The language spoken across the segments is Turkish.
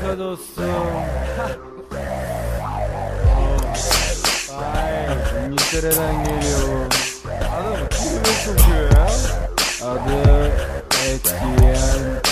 Merhaba dostum. Ay, İngiltere'den geliyor. Adam kelime sokuyor ya. Adı etkiyen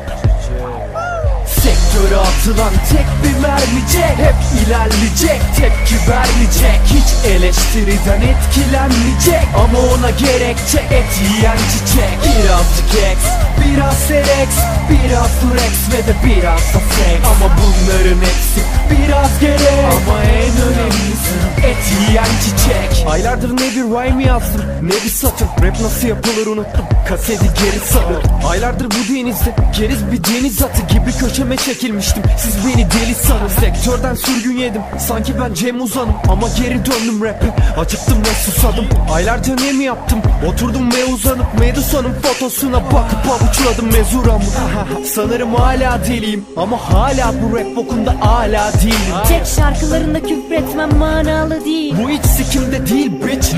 çiçek. Sektöre atılan tek bir mermicek, hep ilerleyecek, tepki vermeyecek, hiç eleştiriden etkilenmeyecek. Ama ona gerekçe et yiyen çiçek. Birazcık X, biraz Serex, biraz Durex ve de biraz da sex. Ama bunların hepsi biraz gerek, ama en önemlisi et yiyen çiçek. Aylardır ne bir rhyme yazdım, ne bir satır. Rap nasıl yapılır unuttum, kaseti geri sarın. Aylardır bu denizde geriz bir deniz atı gibi köşeme çekilmiştim. Siz beni deli sanın. Sektörden sürgün yedim, sanki ben Cem Uzan'ım. Ama geri döndüm rap'e, acıktım ve susadım. Aylarca ne mi yaptım, oturdum ve uzanıp Medusa'nın fotosuna bakıp avuçladım mezuramı. Sanırım hala deliyim, ama hala bu rap bokunda hala değilim. Tek şarkılarında küfretmem manalı değil. Bu hiç sikimde değil bitch.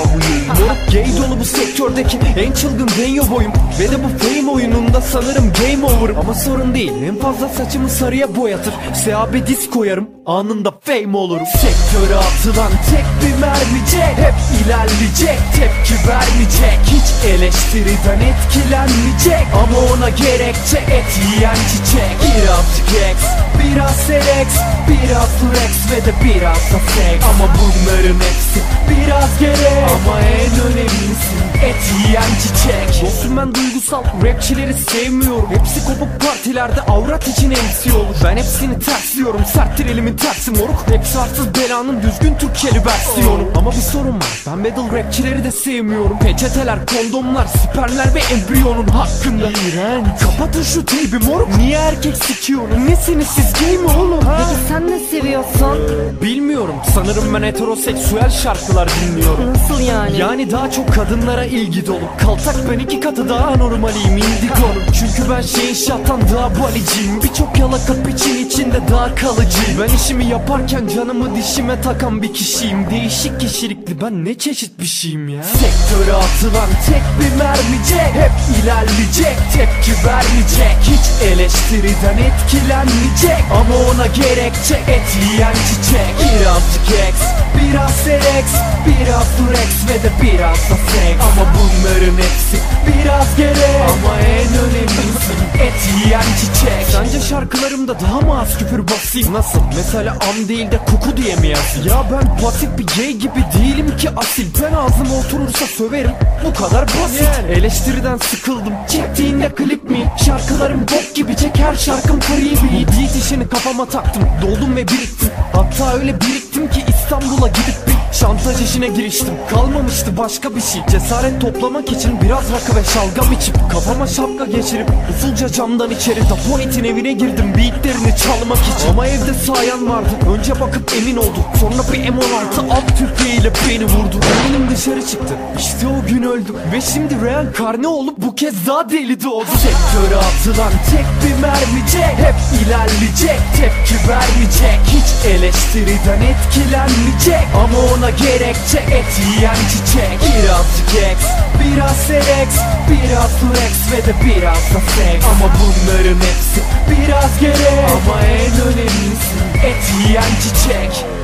Moruk gay dolu bu sektördeki en çılgın denyo boyum. Ve de bu fame oyununda sanırım game over'ım. Ama sorun değil, en fazla saçımı sarıya boyatır. SAB diz koyarım, anında fame olurum. Sektöre atılan tek bir mermicek, hep ilerleyecek, tepki vermeyecek, hiç eleştiriden etkilenmeyecek. Ama ona gerekçe et yiyen çiçek. Birazcık X, biraz Serex, biraz Durex ve de biraz da sex. Ama bunların hepsi biraz gerek, ama en önemlisi et yiyen çiçek. Dostum ben duygusal rapçileri sevmiyorum. Hepsi kopuk partilerde avrat için MC olur. Ben hepsini tersliyorum, serttir elimin tersi moruk. Hepsi arsız belanın düzgün Türkçeli versiyonu. Ama bir sorun var, ben battle rapçileri de sevmiyorum. Peçeteler, kondomlar, spermler ve embriyonun hakkında. İğrenç. Kapatın şu teybi moruk. Niye erkek sikiyorum? Nesiniz siz, gay mi oğlum? Peki sen ne seviyorsun? Bilmiyorum, sanırım ben heteroseksüel şarkılar dinliyorum. Nasıl yani? Yani daha çok kadınlara ilgi dolu. Kaltak ben iki katı daha normaliyim, indigonum. Çünkü ben şeyin şatan daha baliciyim. Birçok yalaka piçin içinde daha kalıcıyım. Ben işimi yaparken canımı dişime takan bir kişiyim. Değişik kişilikli, ben ne çeşit bir şeyim ya. Sektöre atılan tek bir mermicek, hep ilerleyecek, tepki vermeyecek, hiç eleştiriden etkilenmeyecek. Ama ona gerekçe et yiyen çiçek. Birazcık X, biraz Serex, biraz Durex ve de biraz da sex. Ama bunların hepsi biraz gerek, ama en önemlisi et yiyen çiçek. Sence şarkılarımda daha mı az küfür basayım? Nasıl? Mesela am değil de kuku diye mi yazayım? Ya ben pasif bir gay gibi değilim ki asil. Ben ağzıma oturursa söverim, bu kadar basit. Eleştiriden sıkıldım, çektiğinde klip mi? Şarkılarım bok gibi, çek her şarkım free beat. Beat işini kafama taktım, doldum ve biriktim. Hatta öyle biriktim ki İstanbul'a gidip bir şantaj işine giriştim. Kalmamıştı başka bir şey, cesaret toplamak için biraz rakı ve şalgam içip kafama şapka geçirip usulca camdan içeri Dapoet'in evine girdim beatlerini çalmak için. Ama evde sayan vardı, önce bakıp emin oldu. Sonra bir M16 alt tüfeğiyle beni vurdu. Eminim dışarı çıktı, işte o gün öldüm. Ve şimdi reenkarne olup bu kez daha deli doğdu. Sektöre atılan tek bir mermicek, hep ilerleyecek, tepki vermeyecek, hiç eleştiriden etkilenmeyecek. Ama ona gerekçe et yiyen çiçek. Birazcık X, biraz Serex, biraz Durex ve de biraz da sex. Ama bunların hepsi biraz gerek, ama en önemlisi et yiyen çiçek.